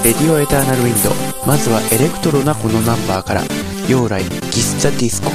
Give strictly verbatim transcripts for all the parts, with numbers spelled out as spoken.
レディオエターナルウィンド。まずはエレクトロなこのナンバーから。陽来キスザディスコ。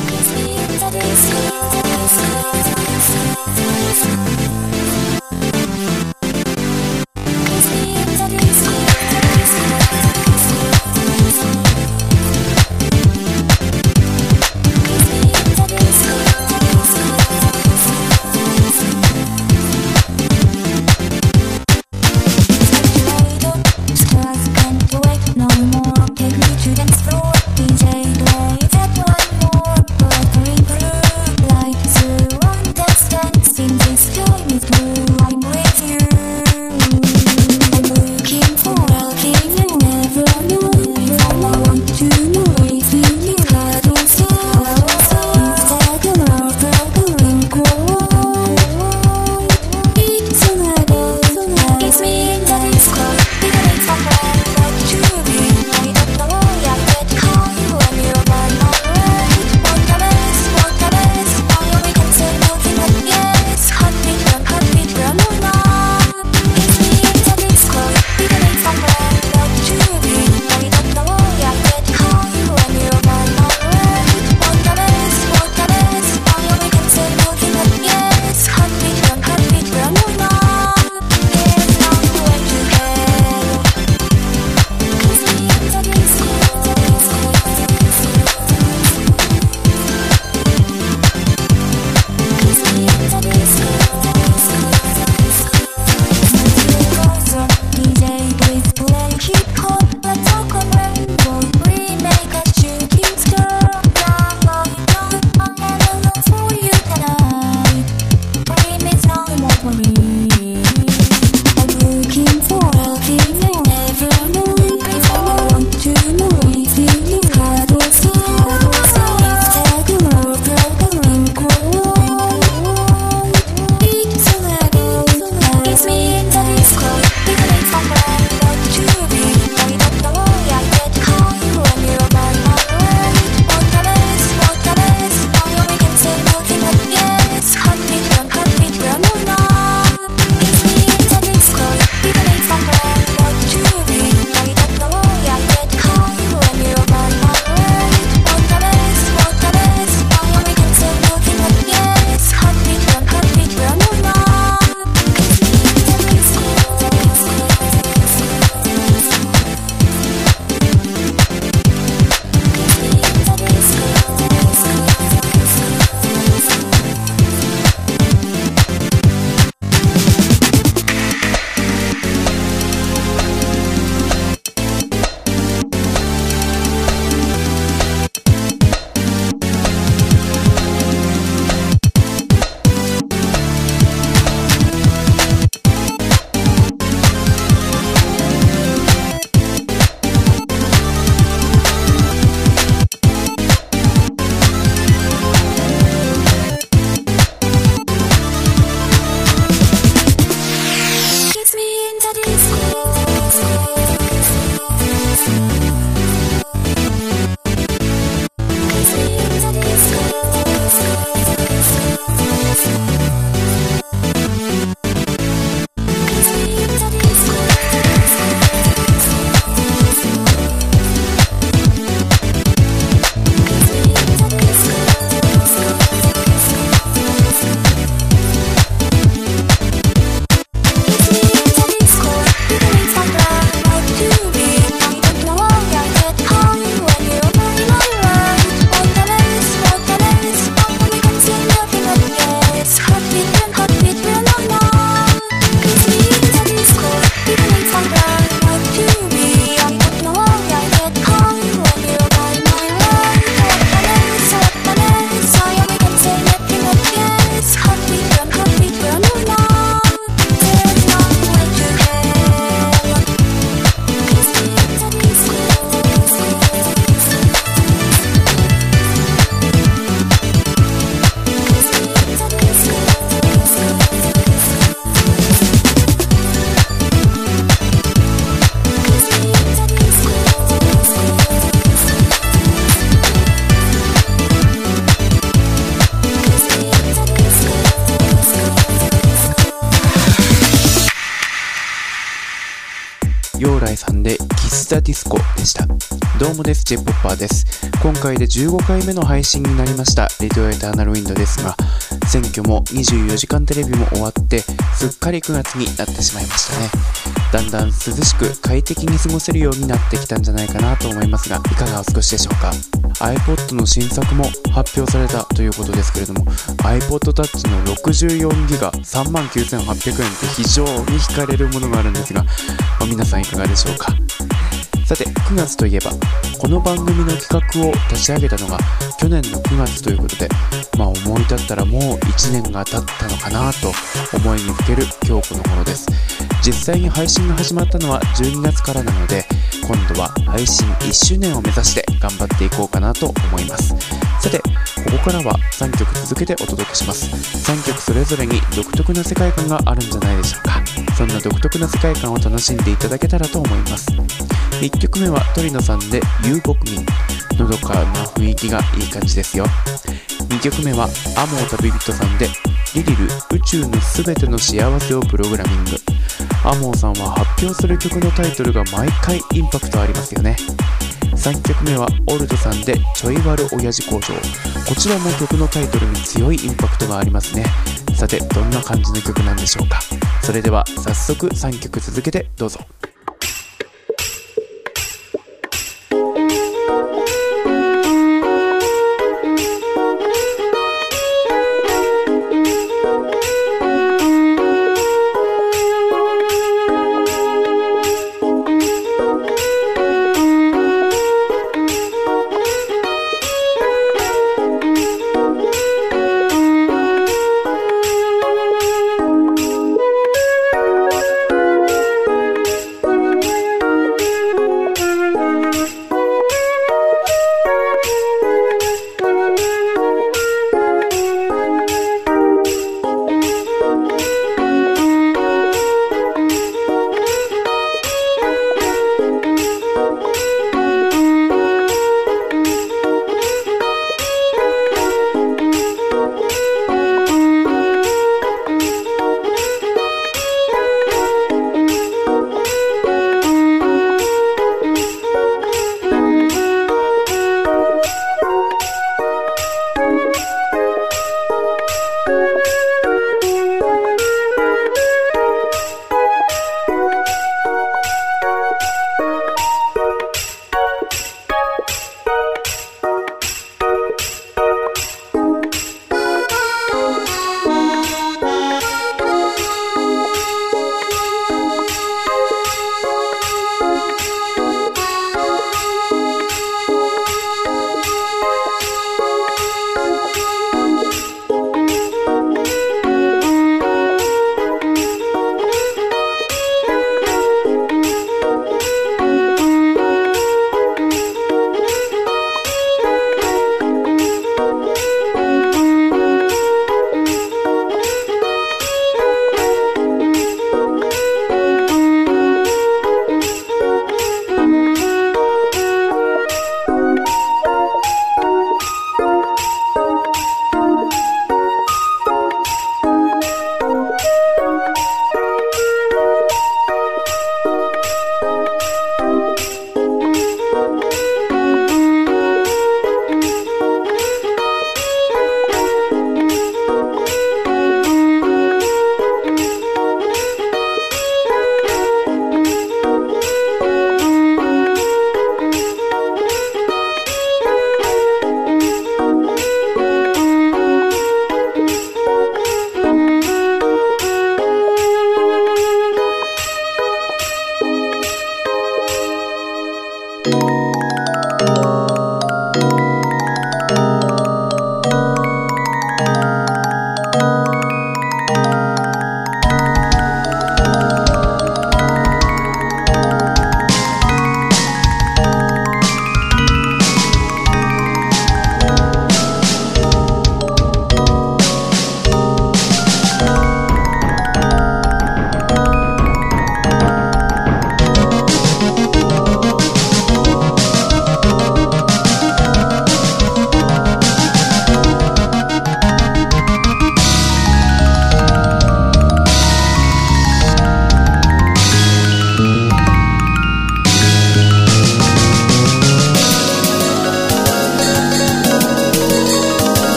陽来さんでキススザディスコでした。どうもです、 J-ポッパー です。今回でじゅうごかいめの配信になりましたレディオエターナルウィンドですが、選挙もにじゅうよじかんテレビも終わってすっかりくがつになってしまいましたね。だんだん涼しく快適に過ごせるようになってきたんじゃないかなと思いますが、いかがお過ごしでしょうか。 iPod の新作も発表されたということですけれども、 iPod Touch の ろくじゅうよんギガ さんまんきゅうせんはっぴゃくえんって非常に惹かれるものがあるんですが、まあ、皆さんいかがでしょうか。さて、くがつといえばこの番組の企画を立ち上げたのが去年のくがつということで、まあ思い立ったらもういちねんが経ったのかなと思いにふける今日この頃です。実際に配信が始まったのはじゅうにがつからなので、今度は配信いっしゅうねんを目指して頑張っていこうかなと思います。さて、ここからはさんきょく続けてお届けします。さんきょくそれぞれに独特な世界観があるんじゃないでしょうか。そんな独特な世界観を楽しんでいただけたらと思います。いっきょくめは鳥野さんで遊牧民。のどかな雰囲気がいい感じですよ。にきょくめはアモー旅人さんでリリル宇宙のすべての幸せをプログラミング。アモーさんは発表する曲のタイトルが毎回インパクトありますよね。さんきょくめはオルドさんでちょい悪親父工場。こちらも曲のタイトルに強いインパクトがありますね。さて、どんな感じの曲なんでしょうか。それでは早速さんきょく続けてどうぞ。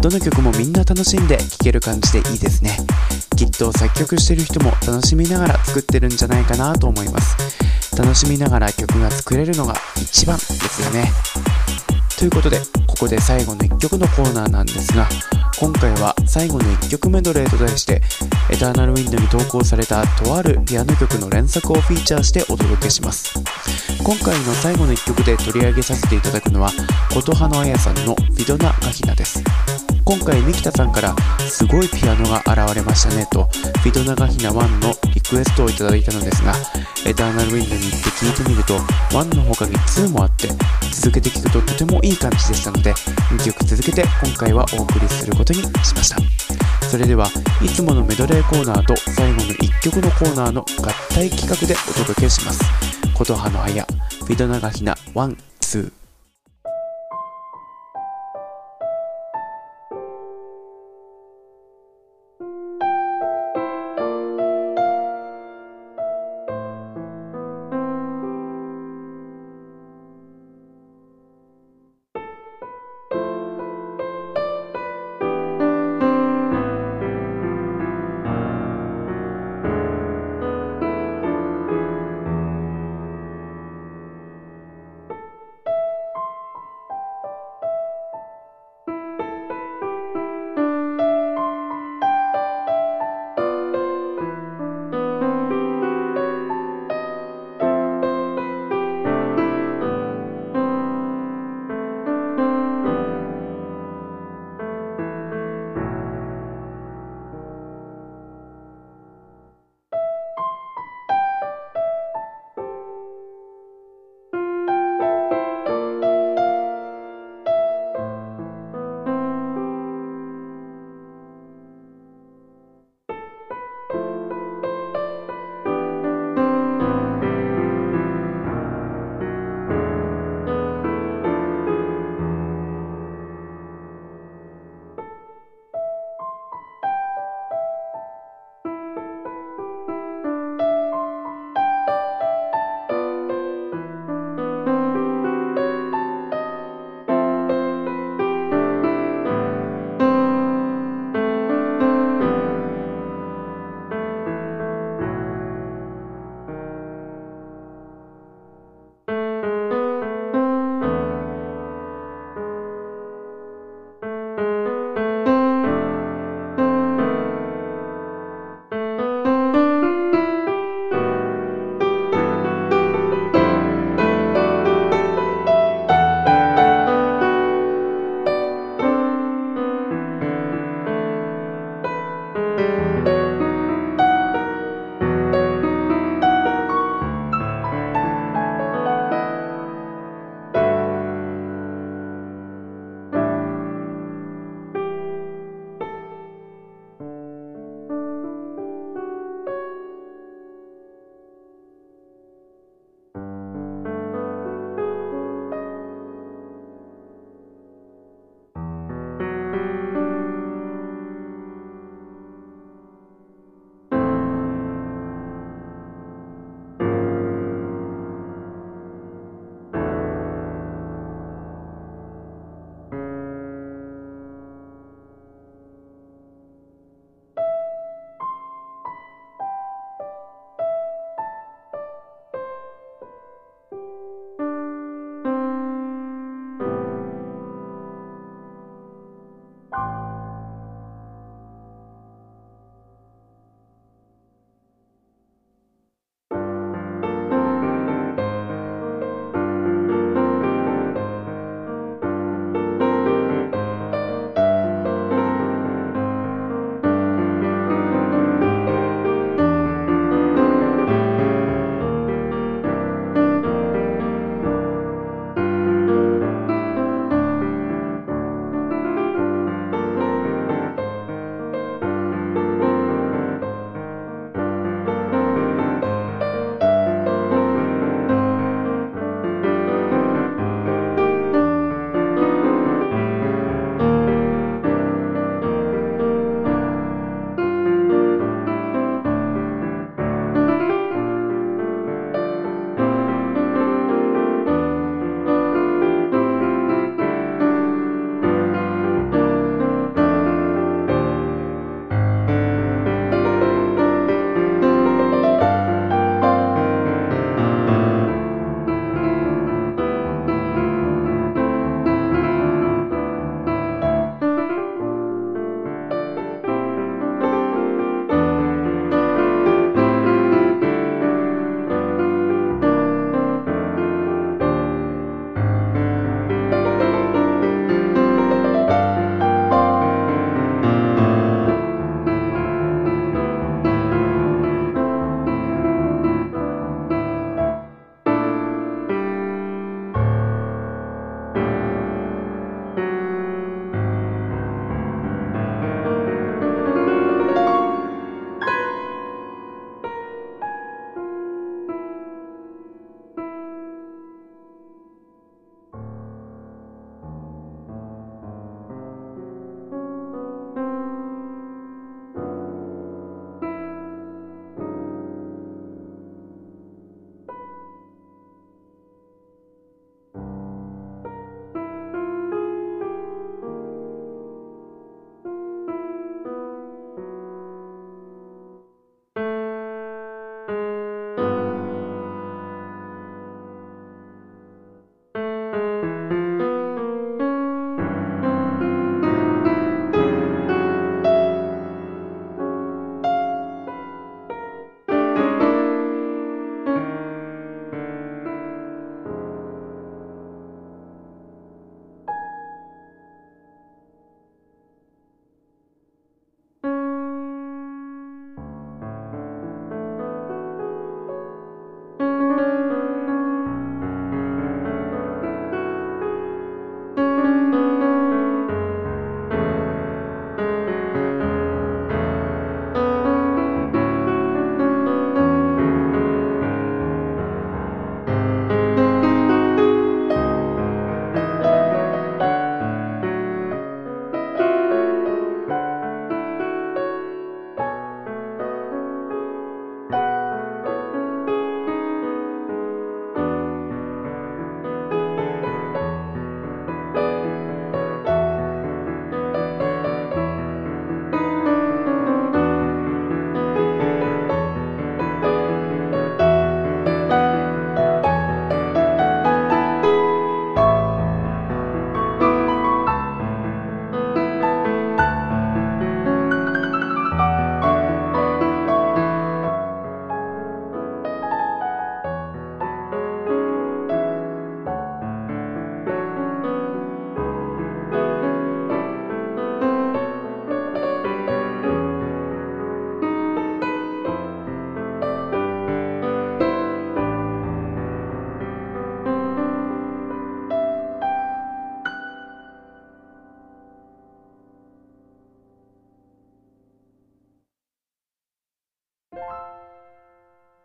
どの曲もみんな楽しんで聴ける感じでいいですね。きっと作曲してる人も楽しみながら作ってるんじゃないかなと思います。楽しみながら曲が作れるのが一番ですよね。ということで、ここで最後のいっきょくのコーナーなんですが、今回は最後のいっきょくメドレーと題してエターナルウィンドに投稿されたとあるピアノ曲の連作をフィーチャーしてお届けします。今回の最後のいっきょくで取り上げさせていただくのは琴羽彩さんのフィドナガヒナです。今回ミキタさんからすごいピアノが現れましたねとフィドナガヒナワンのリクエストをいただいたのですが、エターナルウィンドに行って聞いてみるとワンの他にツーもあって続けて聞くととてもいい感じでしたので、にきょく続けて今回はお送りすることにしました。それではいつものメドレーコーナーと最後のいっきょくのコーナーの合体企画でお届けします。琴羽の彩フィドナガヒナワン、ツー。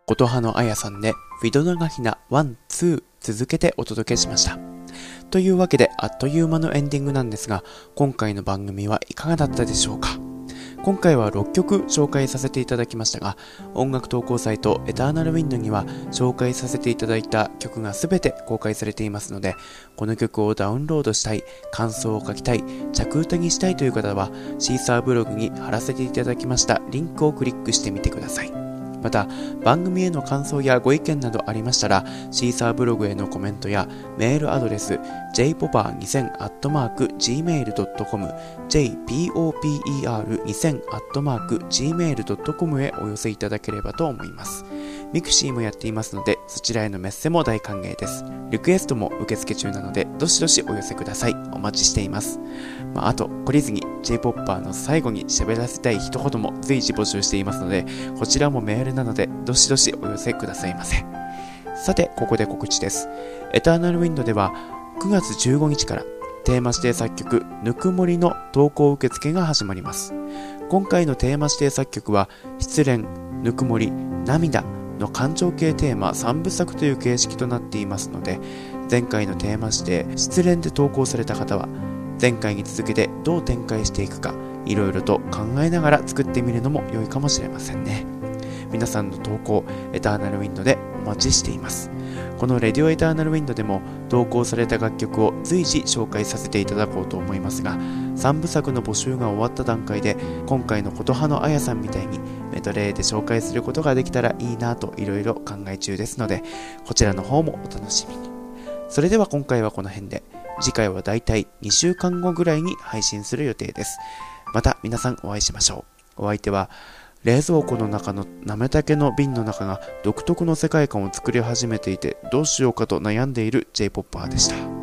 琴葉のあやさんでウィドナガヒナワン、ツー続けてお届けしました。というわけであっという間のエンディングなんですが、今回の番組はいかがだったでしょうか。今回はろっきょく紹介させていただきましたが、音楽投稿サイトエターナルウィンドには紹介させていただいた曲がすべて公開されていますので、この曲をダウンロードしたい、感想を書きたい、着歌にしたいという方はシーサーブログに貼らせていただきましたリンクをクリックしてみてください。また番組への感想やご意見などありましたら、シーサーブログへのコメントやメールアドレス ジェイポパーにせん アットマーク ジーメール ドットコム ジェイポパーにせん アットマーク ジーメール ドットコム へお寄せいただければと思います。ミクシーもやっていますので、そちらへのメッセも大歓迎です。リクエストも受付中なので、どしどしお寄せください。お待ちしています。まあ、あと懲りずに ジェイポッパー の最後に喋らせたい一言も随時募集していますので、こちらもメールなのでどしどしお寄せくださいませ。さて、ここで告知です。エターナルウィンドではくがつじゅうごにちからテーマ指定作曲ぬくもりの投稿受付が始まります。今回のテーマ指定作曲は失恋、ぬくもり、涙の感情系テーマさんぶさくという形式となっていますので、前回のテーマ指定失恋で投稿された方は前回に続けてどう展開していくか、いろいろと考えながら作ってみるのも良いかもしれませんね。皆さんの投稿エターナルウィンドでお待ちしています。このレディオエターナルウィンドでも投稿された楽曲を随時紹介させていただこうと思いますが、さんぶさくの募集が終わった段階で今回の琴葉のあやさんみたいにメドレーで紹介することができたらいいなといろいろ考え中ですので、こちらの方もお楽しみに。それでは今回はこの辺で、次回はだいたいにしゅうかんごぐらいに配信する予定です。また皆さんお会いしましょう。お相手は冷蔵庫の中のなめたけの瓶の中が独特の世界観を作り始めていてどうしようかと悩んでいる ジェイポッパー でした。